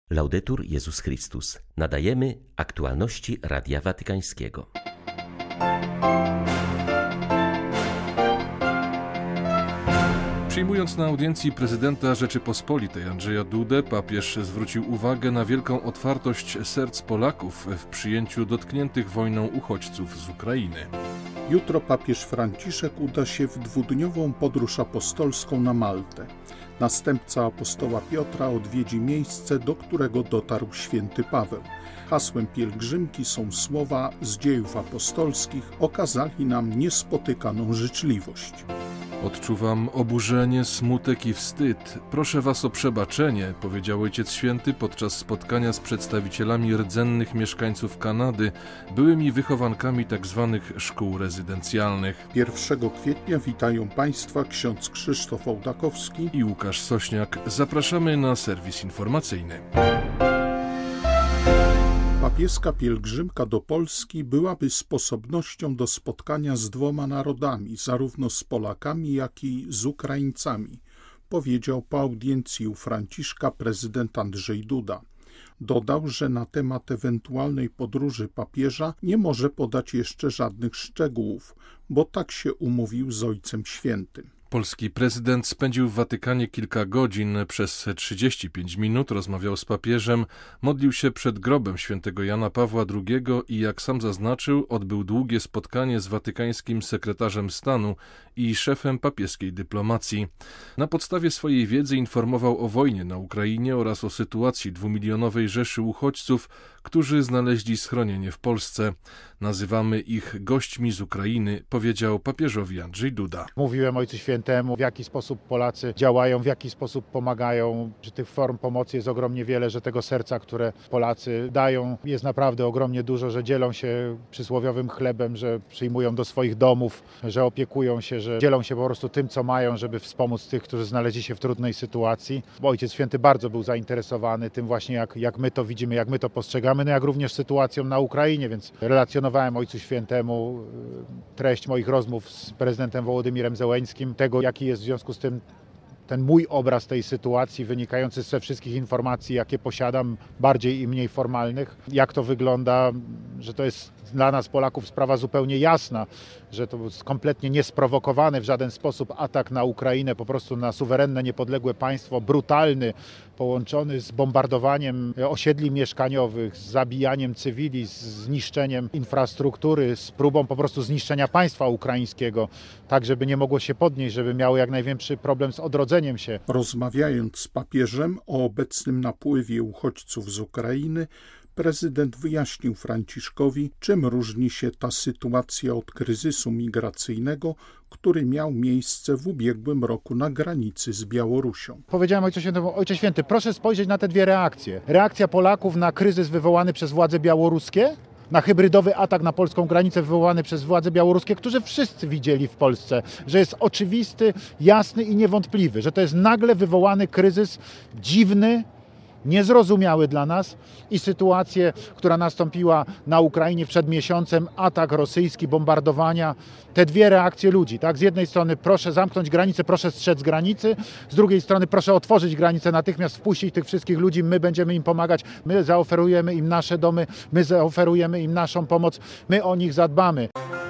Laudetur Jezus Chrystus. Nadajemy aktualności Radia Watykańskiego. Przyjmując na audiencji prezydenta Rzeczypospolitej Andrzeja Dudę, papież zwrócił uwagę na wielką otwartość serc Polaków w przyjęciu dotkniętych wojną uchodźców z Ukrainy. Jutro papież Franciszek uda się w dwudniową podróż apostolską na Maltę. Następca apostoła Piotra odwiedzi miejsce, do którego dotarł święty Paweł. Hasłem pielgrzymki są słowa z Dziejów Apostolskich: okazali nam niespotykaną życzliwość. Odczuwam oburzenie, smutek i wstyd. Proszę was o przebaczenie, powiedział Ojciec Święty podczas spotkania z przedstawicielami rdzennych mieszkańców Kanady, byłymi wychowankami tzw. szkół rezydencjalnych. 1 kwietnia witają Państwa ksiądz Krzysztof Ołdakowski i Łukasz Sośniak. Zapraszamy na serwis informacyjny. Papieska pielgrzymka do Polski byłaby sposobnością do spotkania z dwoma narodami, zarówno z Polakami, jak i z Ukraińcami, powiedział po audiencji u Franciszka prezydent Andrzej Duda. Dodał, że na temat ewentualnej podróży papieża nie może podać jeszcze żadnych szczegółów, bo tak się umówił z Ojcem Świętym. Polski prezydent spędził w Watykanie kilka godzin. Przez 35 minut rozmawiał z papieżem, modlił się przed grobem świętego Jana Pawła II i, jak sam zaznaczył, odbył długie spotkanie z watykańskim sekretarzem stanu i szefem papieskiej dyplomacji. Na podstawie swojej wiedzy informował o wojnie na Ukrainie oraz o sytuacji 2-milionowej rzeszy uchodźców, którzy znaleźli schronienie w Polsce. Nazywamy ich gośćmi z Ukrainy, powiedział papieżowi Andrzej Duda. Mówiłem Ojcu Świętemu, w jaki sposób Polacy działają, w jaki sposób pomagają, że tych form pomocy jest ogromnie wiele, że tego serca, które Polacy dają, jest naprawdę ogromnie dużo, że dzielą się przysłowiowym chlebem, że przyjmują do swoich domów, że opiekują się, że dzielą się po prostu tym, co mają, żeby wspomóc tych, którzy znaleźli się w trudnej sytuacji. Bo Ojciec Święty bardzo był zainteresowany tym właśnie, jak my to widzimy, jak my to postrzegamy, no jak również sytuacją na Ukrainie, więc relacjonowałem Ojcu Świętemu treść moich rozmów z prezydentem Wołodymirem Zełeńskim, tego, jaki jest w związku z tym ten mój obraz tej sytuacji wynikający ze wszystkich informacji, jakie posiadam, bardziej i mniej formalnych. Jak to wygląda, że to jest dla nas Polaków sprawa zupełnie jasna, że to jest kompletnie niesprowokowany w żaden sposób atak na Ukrainę, po prostu na suwerenne, niepodległe państwo, brutalny, połączony z bombardowaniem osiedli mieszkaniowych, z zabijaniem cywili, z zniszczeniem infrastruktury, z próbą po prostu zniszczenia państwa ukraińskiego, tak żeby nie mogło się podnieść, żeby miało jak największy problem z odrodzeniem się. Rozmawiając z papieżem o obecnym napływie uchodźców z Ukrainy, prezydent wyjaśnił Franciszkowi, czym różni się ta sytuacja od kryzysu migracyjnego, który miał miejsce w ubiegłym roku na granicy z Białorusią. Powiedziałem Ojcu Świętemu: Ojcze Święty, proszę spojrzeć na te dwie reakcje. Reakcja Polaków na kryzys wywołany przez władze białoruskie, na hybrydowy atak na polską granicę wywołany przez władze białoruskie, którzy wszyscy widzieli w Polsce, że jest oczywisty, jasny i niewątpliwy, że to jest nagle wywołany kryzys dziwny, niezrozumiały dla nas, i sytuację, która nastąpiła na Ukrainie przed miesiącem, atak rosyjski, bombardowania, te dwie reakcje ludzi, tak? Z jednej strony proszę zamknąć granicę, proszę strzec granicy, z drugiej strony proszę otworzyć granicę, natychmiast wpuścić tych wszystkich ludzi, my będziemy im pomagać, my zaoferujemy im nasze domy, my zaoferujemy im naszą pomoc, my o nich zadbamy.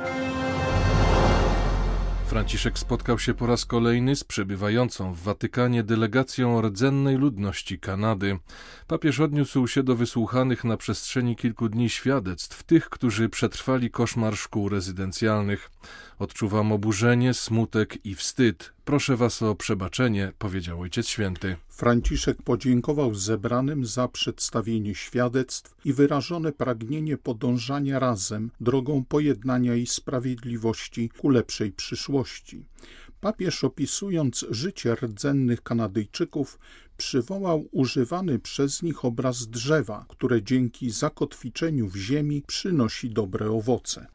Franciszek spotkał się po raz kolejny z przebywającą w Watykanie delegacją rdzennej ludności Kanady. Papież odniósł się do wysłuchanych na przestrzeni kilku dni świadectw tych, którzy przetrwali koszmar szkół rezydencjalnych. Odczuwam oburzenie, smutek i wstyd. Proszę was o przebaczenie, powiedział Ojciec Święty. Franciszek podziękował zebranym za przedstawienie świadectw i wyrażone pragnienie podążania razem drogą pojednania i sprawiedliwości ku lepszej przyszłości. Papież, opisując życie rdzennych Kanadyjczyków, przywołał używany przez nich obraz drzewa, które dzięki zakotwiczeniu w ziemi przynosi dobre owoce.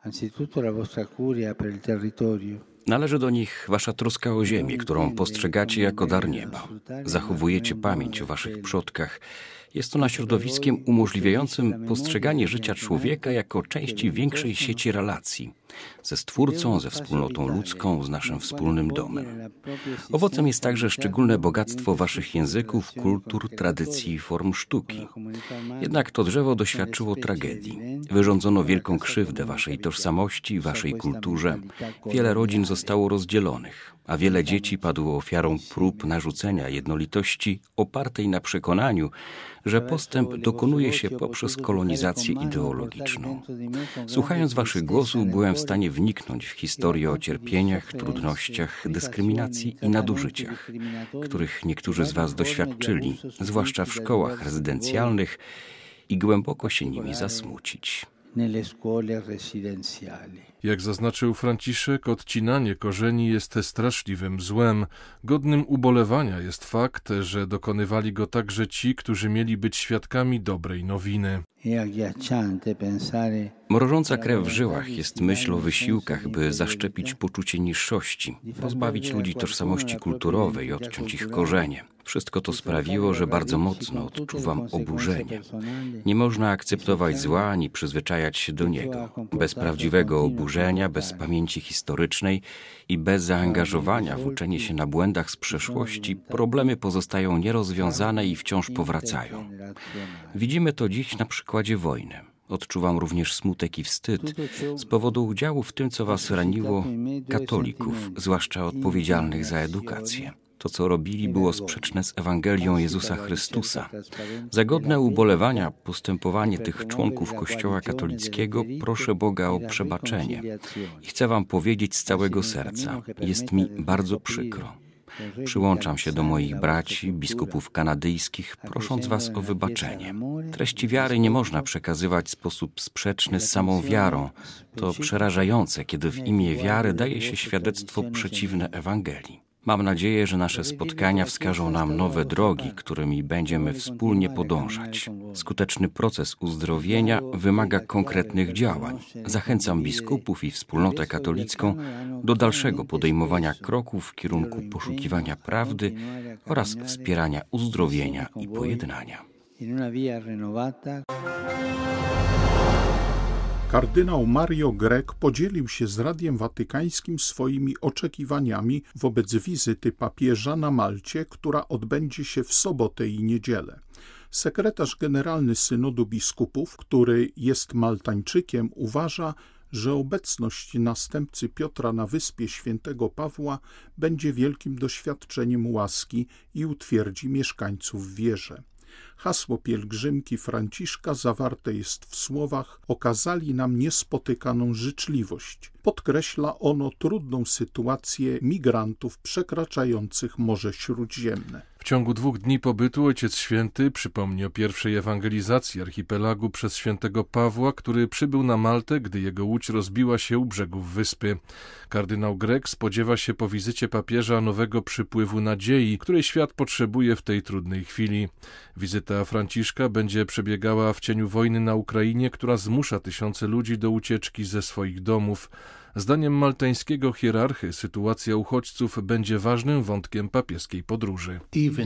Należy do nich wasza troska o ziemię, którą postrzegacie jako dar nieba. Zachowujecie pamięć o waszych przodkach Jest ona środowiskiem umożliwiającym postrzeganie życia człowieka jako części większej sieci relacji ze Stwórcą, ze wspólnotą ludzką, z naszym wspólnym domem. Owocem jest także szczególne bogactwo waszych języków, kultur, tradycji i form sztuki. Jednak to drzewo doświadczyło tragedii. Wyrządzono wielką krzywdę waszej tożsamości, waszej kulturze. Wiele rodzin zostało rozdzielonych, a wiele dzieci padło ofiarą prób narzucenia jednolitości opartej na przekonaniu, że postęp dokonuje się poprzez kolonizację ideologiczną. Słuchając waszych głosów, byłem w stanie wniknąć w historię o cierpieniach, trudnościach, dyskryminacji i nadużyciach, których niektórzy z was doświadczyli, zwłaszcza w szkołach rezydencjalnych, i głęboko się nimi zasmucić. Jak zaznaczył Franciszek, odcinanie korzeni jest straszliwym złem. Godnym ubolewania jest fakt, że dokonywali go także ci, którzy mieli być świadkami dobrej nowiny. Mrożąca krew w żyłach jest myśl o wysiłkach, by zaszczepić poczucie niższości, pozbawić ludzi tożsamości kulturowej i odciąć ich korzenie. Wszystko to sprawiło, że bardzo mocno odczuwam oburzenie. Nie można akceptować zła ani przyzwyczajać się do niego. Bez prawdziwego oburzenia, bez pamięci historycznej i bez zaangażowania w uczenie się na błędach z przeszłości, problemy pozostają nierozwiązane i wciąż powracają. Widzimy to dziś na przykładzie wojny. Odczuwam również smutek i wstyd z powodu udziału w tym, co was raniło, katolików, zwłaszcza odpowiedzialnych za edukację. To, co robili, było sprzeczne z Ewangelią Jezusa Chrystusa. Za godne ubolewania postępowanie tych członków Kościoła katolickiego proszę Boga o przebaczenie. I chcę wam powiedzieć z całego serca, jest mi bardzo przykro. Przyłączam się do moich braci, biskupów kanadyjskich, prosząc was o wybaczenie. Treści wiary nie można przekazywać w sposób sprzeczny z samą wiarą. To przerażające, kiedy w imię wiary daje się świadectwo przeciwne Ewangelii. Mam nadzieję, że nasze spotkania wskażą nam nowe drogi, którymi będziemy wspólnie podążać. Skuteczny proces uzdrowienia wymaga konkretnych działań. Zachęcam biskupów i wspólnotę katolicką do dalszego podejmowania kroków w kierunku poszukiwania prawdy oraz wspierania uzdrowienia i pojednania. Kardynał Mario Grech podzielił się z Radiem Watykańskim swoimi oczekiwaniami wobec wizyty papieża na Malcie, która odbędzie się w sobotę i niedzielę. Sekretarz generalny Synodu Biskupów, który jest Maltańczykiem, uważa, że obecność następcy Piotra na wyspie Świętego Pawła będzie wielkim doświadczeniem łaski i utwierdzi mieszkańców w wierze. Hasło pielgrzymki Franciszka zawarte jest w słowach: okazali nam niespotykaną życzliwość. Podkreśla ono trudną sytuację migrantów przekraczających Morze Śródziemne. W ciągu 2 dni pobytu Ojciec Święty przypomni o pierwszej ewangelizacji archipelagu przez świętego Pawła, który przybył na Maltę, gdy jego łódź rozbiła się u brzegów wyspy. Kardynał Grech spodziewa się po wizycie papieża nowego przypływu nadziei, której świat potrzebuje w tej trudnej chwili. Wizyta Franciszka będzie przebiegała w cieniu wojny na Ukrainie, która zmusza tysiące ludzi do ucieczki ze swoich domów. Zdaniem maltańskiego hierarchy sytuacja uchodźców będzie ważnym wątkiem papieskiej podróży.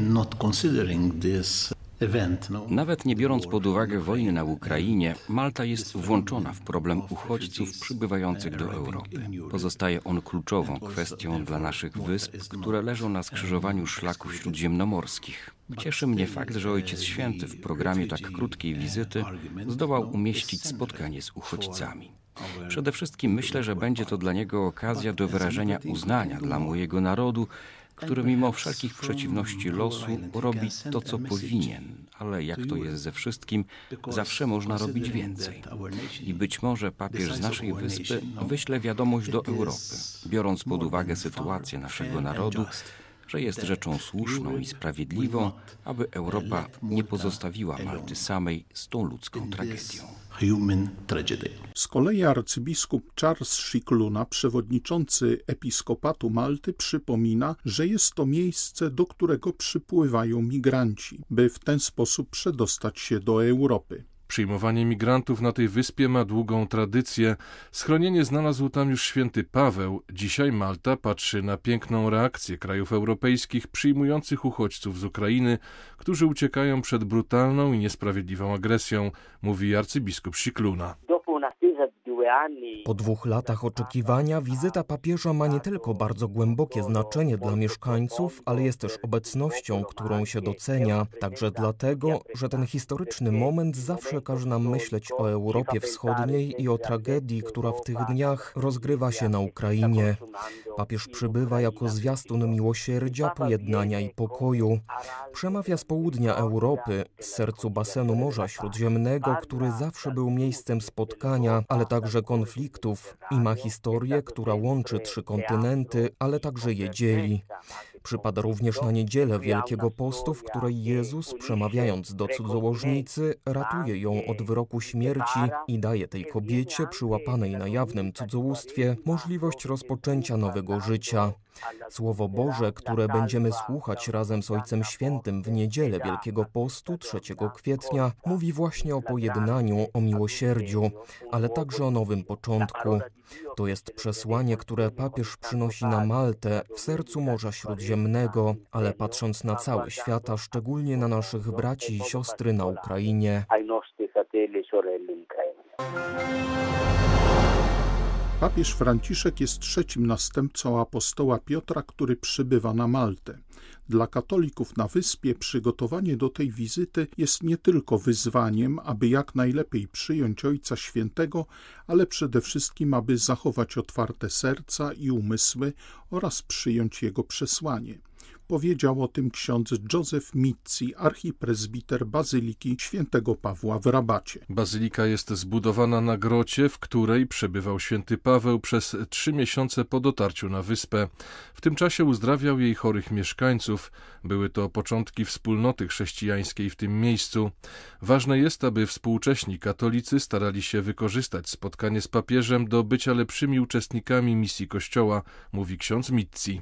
Nawet nie biorąc pod uwagę wojny na Ukrainie, Malta jest włączona w problem uchodźców przybywających do Europy. Pozostaje on kluczową kwestią dla naszych wysp, które leżą na skrzyżowaniu szlaków śródziemnomorskich. Cieszy mnie fakt, że Ojciec Święty w programie tak krótkiej wizyty zdołał umieścić spotkanie z uchodźcami. Przede wszystkim myślę, że będzie to dla niego okazja do wyrażenia uznania dla mojego narodu, który mimo wszelkich przeciwności losu robi to, co powinien, ale jak to jest ze wszystkim, zawsze można robić więcej. I być może papież z naszej wyspy wyśle wiadomość do Europy, biorąc pod uwagę sytuację naszego narodu, że jest rzeczą słuszną i sprawiedliwą, aby Europa nie pozostawiła Malty samej z tą ludzką tragedią. Z kolei arcybiskup Charles Scicluna, przewodniczący Episkopatu Malty, przypomina, że jest to miejsce, do którego przypływają migranci, by w ten sposób przedostać się do Europy. Przyjmowanie migrantów na tej wyspie ma długą tradycję. Schronienie znalazł tam już święty Paweł. Dzisiaj Malta patrzy na piękną reakcję krajów europejskich przyjmujących uchodźców z Ukrainy, którzy uciekają przed brutalną i niesprawiedliwą agresją, mówi arcybiskup Scicluna. Po 2 latach oczekiwania wizyta papieża ma nie tylko bardzo głębokie znaczenie dla mieszkańców, ale jest też obecnością, którą się docenia. Także dlatego, że ten historyczny moment zawsze każe nam myśleć o Europie Wschodniej i o tragedii, która w tych dniach rozgrywa się na Ukrainie. Papież przybywa jako zwiastun miłosierdzia, pojednania i pokoju. Przemawia z południa Europy, z sercu basenu Morza Śródziemnego, który zawsze był miejscem spotkania, ale także konfliktów i ma historię, która łączy 3 kontynenty, ale także je dzieli. Przypada również na niedzielę Wielkiego Postu, w której Jezus, przemawiając do cudzołożnicy, ratuje ją od wyroku śmierci i daje tej kobiecie, przyłapanej na jawnym cudzołóstwie, możliwość rozpoczęcia nowego życia. Słowo Boże, które będziemy słuchać razem z Ojcem Świętym w niedzielę Wielkiego Postu 3 kwietnia, mówi właśnie o pojednaniu, o miłosierdziu, ale także o nowym początku. To jest przesłanie, które papież przynosi na Maltę, w sercu Morza Śródziemnego, ale patrząc na cały świat, a szczególnie na naszych braci i siostry na Ukrainie. Papież Franciszek jest 3. następcą apostoła Piotra, który przybywa na Maltę. Dla katolików na wyspie przygotowanie do tej wizyty jest nie tylko wyzwaniem, aby jak najlepiej przyjąć Ojca Świętego, ale przede wszystkim, aby zachować otwarte serca i umysły oraz przyjąć Jego przesłanie. Powiedział o tym ksiądz Józef Mizzi, archipresbiter Bazyliki Świętego Pawła w Rabacie. Bazylika jest zbudowana na grocie, w której przebywał święty Paweł przez 3 miesiące po dotarciu na wyspę. W tym czasie uzdrawiał jej chorych mieszkańców. Były to początki wspólnoty chrześcijańskiej w tym miejscu. Ważne jest, aby współcześni katolicy starali się wykorzystać spotkanie z papieżem do bycia lepszymi uczestnikami misji Kościoła, mówi ksiądz Mizzi.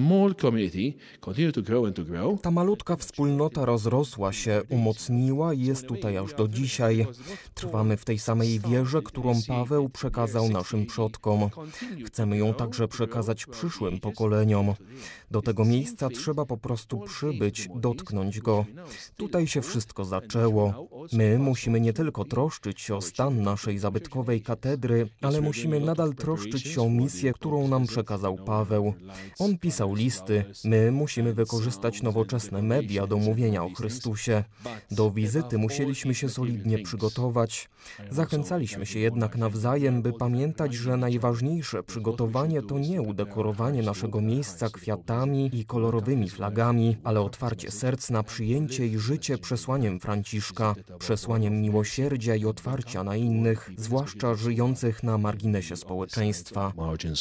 Ta malutka wspólnota rozrosła się, umocniła i jest tutaj aż do dzisiaj. Trwamy w tej samej wierze, którą Paweł przekazał naszym przodkom. Chcemy ją także przekazać przyszłym pokoleniom. Do tego miejsca trzeba po prostu przybyć, dotknąć go. Tutaj się wszystko zaczęło. My musimy nie tylko troszczyć się o stan naszej zabytkowej katedry, ale musimy nadal troszczyć się o misję, którą nam przekazał Paweł. On pisał listy, my musimy wykorzystać nowoczesne media do mówienia o Chrystusie. Do wizyty musieliśmy się solidnie przygotować. Zachęcaliśmy się jednak nawzajem, by pamiętać, że najważniejsze przygotowanie to nie udekorowanie naszego miejsca kwiatami i kolorowymi flagami, ale otwarcie serc na przyjęcie i życie przesłaniem Franciszka, przesłaniem miłosierdzia i otwarcia na innych, zwłaszcza żyjących na marginesie społeczeństwa.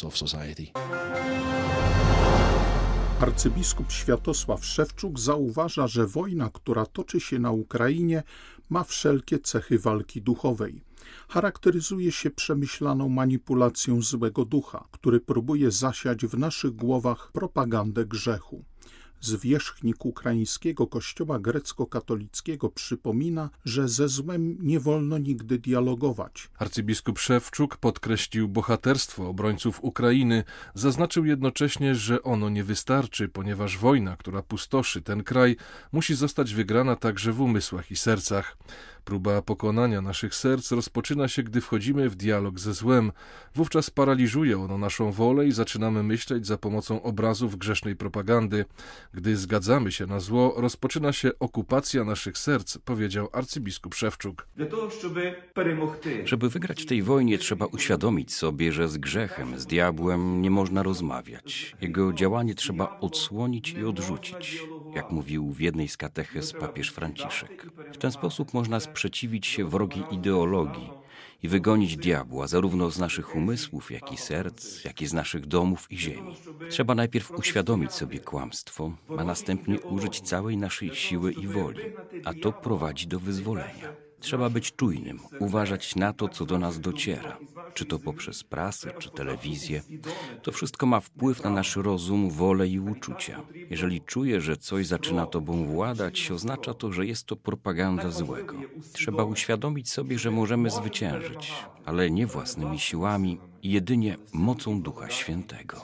Arcybiskup Światosław Szewczuk zauważa, że wojna, która toczy się na Ukrainie, ma wszelkie cechy walki duchowej. Charakteryzuje się przemyślaną manipulacją złego ducha, który próbuje zasiać w naszych głowach propagandę grzechu. Zwierzchnik ukraińskiego kościoła grecko-katolickiego przypomina, że ze złem nie wolno nigdy dialogować. Arcybiskup Szewczuk podkreślił bohaterstwo obrońców Ukrainy, zaznaczył jednocześnie, że ono nie wystarczy, ponieważ wojna, która pustoszy ten kraj, musi zostać wygrana także w umysłach i sercach. Próba pokonania naszych serc rozpoczyna się, gdy wchodzimy w dialog ze złem. Wówczas paraliżuje ono naszą wolę i zaczynamy myśleć za pomocą obrazów grzesznej propagandy. Gdy zgadzamy się na zło, rozpoczyna się okupacja naszych serc, powiedział arcybiskup Szewczuk. Żeby wygrać w tej wojnie, trzeba uświadomić sobie, że z grzechem, z diabłem nie można rozmawiać. Jego działanie trzeba odsłonić i odrzucić, jak mówił w jednej z katechez papież Franciszek. W ten sposób można sprzeciwić się wrogiej ideologii i wygonić diabła zarówno z naszych umysłów, jak i serc, jak i z naszych domów i ziemi. Trzeba najpierw uświadomić sobie kłamstwo, a następnie użyć całej naszej siły i woli, a to prowadzi do wyzwolenia. Trzeba być czujnym, uważać na to, co do nas dociera. czy to poprzez prasę, czy telewizję. To wszystko ma wpływ na nasz rozum, wolę i uczucia. Jeżeli czuję, że coś zaczyna tobą władać, oznacza to, że jest to propaganda złego. Trzeba uświadomić sobie, że możemy zwyciężyć, ale nie własnymi siłami, jedynie mocą Ducha Świętego.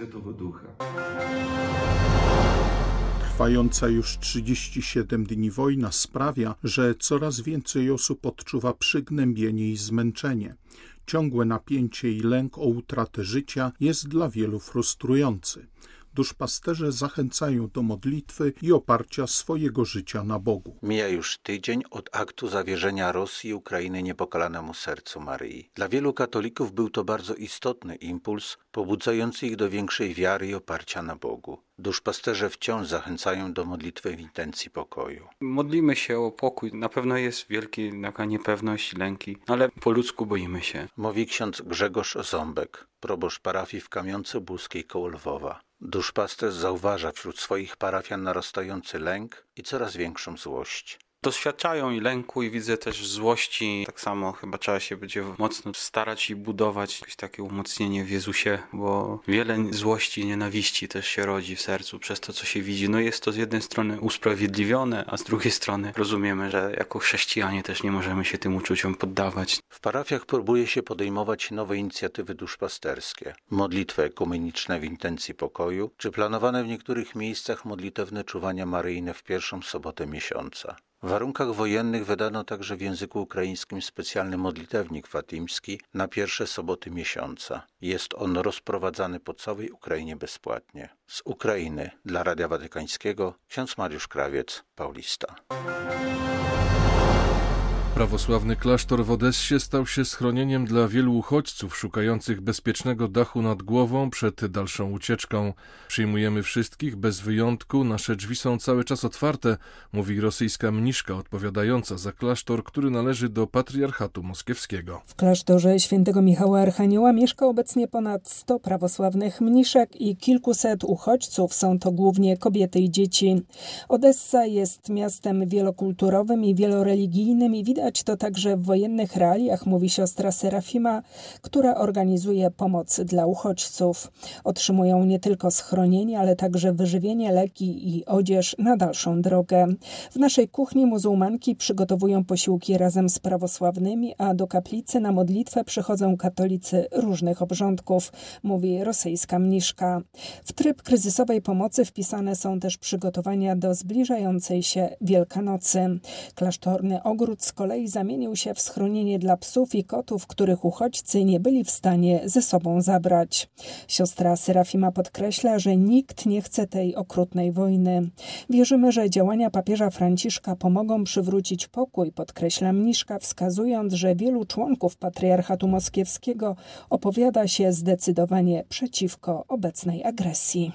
Trwająca już 37 dni wojna sprawia, że coraz więcej osób odczuwa przygnębienie i zmęczenie. Ciągłe napięcie i lęk o utratę życia jest dla wielu frustrujący. Duszpasterze zachęcają do modlitwy i oparcia swojego życia na Bogu. Mija już tydzień od aktu zawierzenia Rosji i Ukrainy niepokalanemu sercu Maryi. Dla wielu katolików był to bardzo istotny impuls, pobudzający ich do większej wiary i oparcia na Bogu. Duszpasterze wciąż zachęcają do modlitwy w intencji pokoju. Modlimy się o pokój. Na pewno jest wielka niepewność, lęki, ale po ludzku boimy się. Mówi ksiądz Grzegorz Ząbek, proboszcz parafii w Kamionce Buskiej koło Lwowa. Duszpasterz zauważa wśród swoich parafian narastający lęk i coraz większą złość. Doświadczają i lęku, i widzę też złości. Tak samo chyba trzeba się będzie mocno starać i budować jakieś takie umocnienie w Jezusie, bo wiele złości i nienawiści też się rodzi w sercu przez to, co się widzi. No jest to z jednej strony usprawiedliwione, a z drugiej strony rozumiemy, że jako chrześcijanie też nie możemy się tym uczuciom poddawać. W parafiach próbuje się podejmować nowe inicjatywy duszpasterskie. Modlitwy ekumeniczne w intencji pokoju, czy planowane w niektórych miejscach modlitewne czuwania maryjne w pierwszą sobotę miesiąca. W warunkach wojennych wydano także w języku ukraińskim specjalny modlitewnik fatimski na pierwsze soboty miesiąca. Jest on rozprowadzany po całej Ukrainie bezpłatnie. Z Ukrainy dla Radia Watykańskiego ksiądz Mariusz Krawiec, Paulista. Prawosławny klasztor w Odessie stał się schronieniem dla wielu uchodźców szukających bezpiecznego dachu nad głową przed dalszą ucieczką. Przyjmujemy wszystkich bez wyjątku, nasze drzwi są cały czas otwarte, mówi rosyjska mniszka odpowiadająca za klasztor, który należy do patriarchatu moskiewskiego. W klasztorze świętego Michała Archanioła mieszka obecnie ponad 100 prawosławnych mniszek i kilkuset uchodźców, są to głównie kobiety i dzieci. Odessa jest miastem wielokulturowym i wieloreligijnym i widać to także w wojennych realiach, mówi siostra Serafima, która organizuje pomoc dla uchodźców. Otrzymują nie tylko schronienie, ale także wyżywienie, leki i odzież na dalszą drogę. W naszej kuchni muzułmanki przygotowują posiłki razem z prawosławnymi, a do kaplicy na modlitwę przychodzą katolicy różnych obrządków, mówi rosyjska mniszka. W tryb kryzysowej pomocy wpisane są też przygotowania do zbliżającej się Wielkanocy. Klasztorny ogród z kolei zamienił się w schronienie dla psów i kotów, których uchodźcy nie byli w stanie ze sobą zabrać. Siostra Serafima podkreśla, że nikt nie chce tej okrutnej wojny. Wierzymy, że działania papieża Franciszka pomogą przywrócić pokój, podkreśla mniszka, wskazując, że wielu członków patriarchatu moskiewskiego opowiada się zdecydowanie przeciwko obecnej agresji.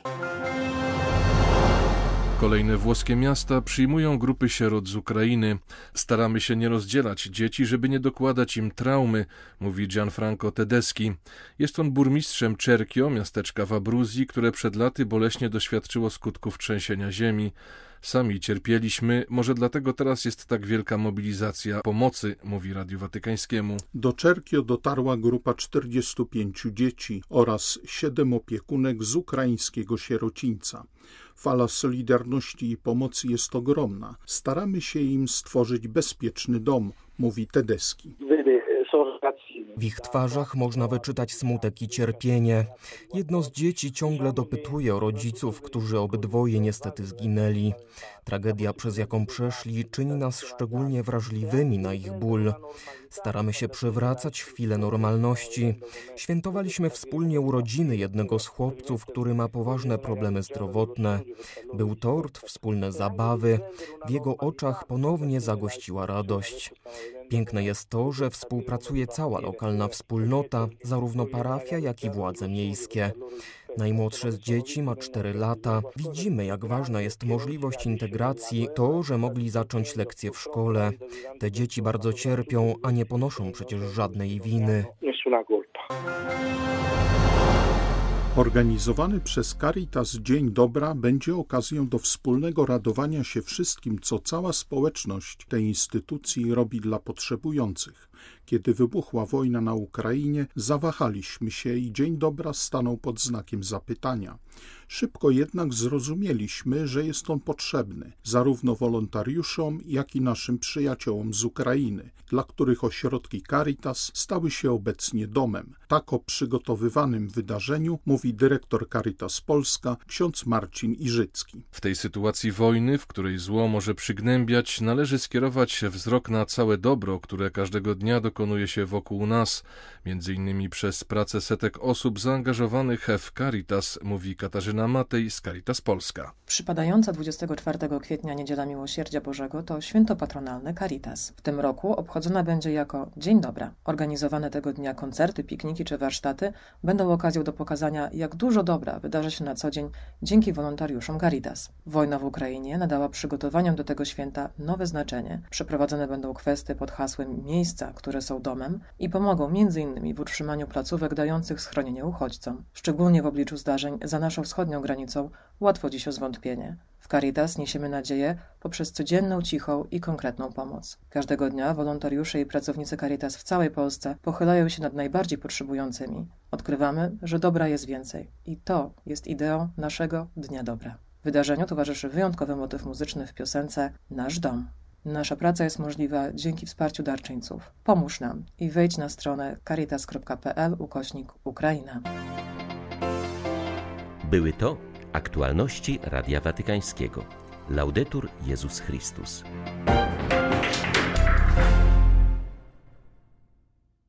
Kolejne włoskie miasta przyjmują grupy sierot z Ukrainy. Staramy się nie rozdzielać dzieci, żeby nie dokładać im traumy, mówi Gianfranco Tedeschi. Jest on burmistrzem Cerchio, miasteczka w Abruzji, które przed laty boleśnie doświadczyło skutków trzęsienia ziemi. Sami cierpieliśmy, może dlatego teraz jest tak wielka mobilizacja pomocy, mówi Radiu Watykańskiemu. Do Cerchio dotarła grupa 45 dzieci oraz 7 opiekunek z ukraińskiego sierocińca. Fala solidarności i pomocy jest ogromna. Staramy się im stworzyć bezpieczny dom, mówi Tedeschi. W ich twarzach można wyczytać smutek i cierpienie. Jedno z dzieci ciągle dopytuje o rodziców, którzy obydwoje niestety zginęli. Tragedia, przez jaką przeszli, czyni nas szczególnie wrażliwymi na ich ból. Staramy się przywracać chwilę normalności. Świętowaliśmy wspólnie urodziny jednego z chłopców, który ma poważne problemy zdrowotne. Był tort, wspólne zabawy. W jego oczach ponownie zagościła radość. Piękne jest to, że współpracuje cała lokalna wspólnota, zarówno parafia, jak i władze miejskie. Najmłodsze z dzieci ma 4 lata. Widzimy, jak ważna jest możliwość integracji, to, że mogli zacząć lekcje w szkole. Te dzieci bardzo cierpią, a nie ponoszą przecież żadnej winy. Organizowany przez Caritas Dzień Dobra będzie okazją do wspólnego radowania się wszystkim, co cała społeczność tej instytucji robi dla potrzebujących. Kiedy wybuchła wojna na Ukrainie, zawahaliśmy się i Dzień Dobra stanął pod znakiem zapytania. Szybko jednak zrozumieliśmy, że jest on potrzebny zarówno wolontariuszom, jak i naszym przyjaciołom z Ukrainy, dla których ośrodki Caritas stały się obecnie domem. Tak o przygotowywanym wydarzeniu mówi dyrektor Caritas Polska, ksiądz Marcin Iżycki. W tej sytuacji wojny, w której zło może przygnębiać, należy skierować wzrok na całe dobro, które każdego dnia dokonuje się wokół nas, między innymi przez pracę setek osób zaangażowanych w Caritas, mówi Katarzyna Matej z Caritas Polska. Przypadająca 24 kwietnia Niedziela Miłosierdzia Bożego to święto patronalne Caritas. W tym roku obchodzona będzie jako Dzień Dobra. Organizowane tego dnia koncerty, pikniki czy warsztaty będą okazją do pokazania, jak dużo dobra wydarza się na co dzień dzięki wolontariuszom Caritas. Wojna w Ukrainie nadała przygotowaniom do tego święta nowe znaczenie. Przeprowadzone będą kwestie pod hasłem miejsca, które są domem i pomogą m.in. w utrzymaniu placówek dających schronienie uchodźcom. Szczególnie w obliczu zdarzeń za naszą wschodnią granicą łatwo dziś o zwątpienie. W Caritas niesiemy nadzieję poprzez codzienną, cichą i konkretną pomoc. Każdego dnia wolontariusze i pracownicy Caritas w całej Polsce pochylają się nad najbardziej potrzebującymi. Odkrywamy, że dobra jest więcej. I to jest ideą naszego Dnia Dobra. Wydarzeniu towarzyszy wyjątkowy motyw muzyczny w piosence Nasz Dom. Nasza praca jest możliwa dzięki wsparciu darczyńców. Pomóż nam i wejdź na stronę caritas.pl/Ukraina. Były to aktualności Radia Watykańskiego. Laudetur Jezus Chrystus.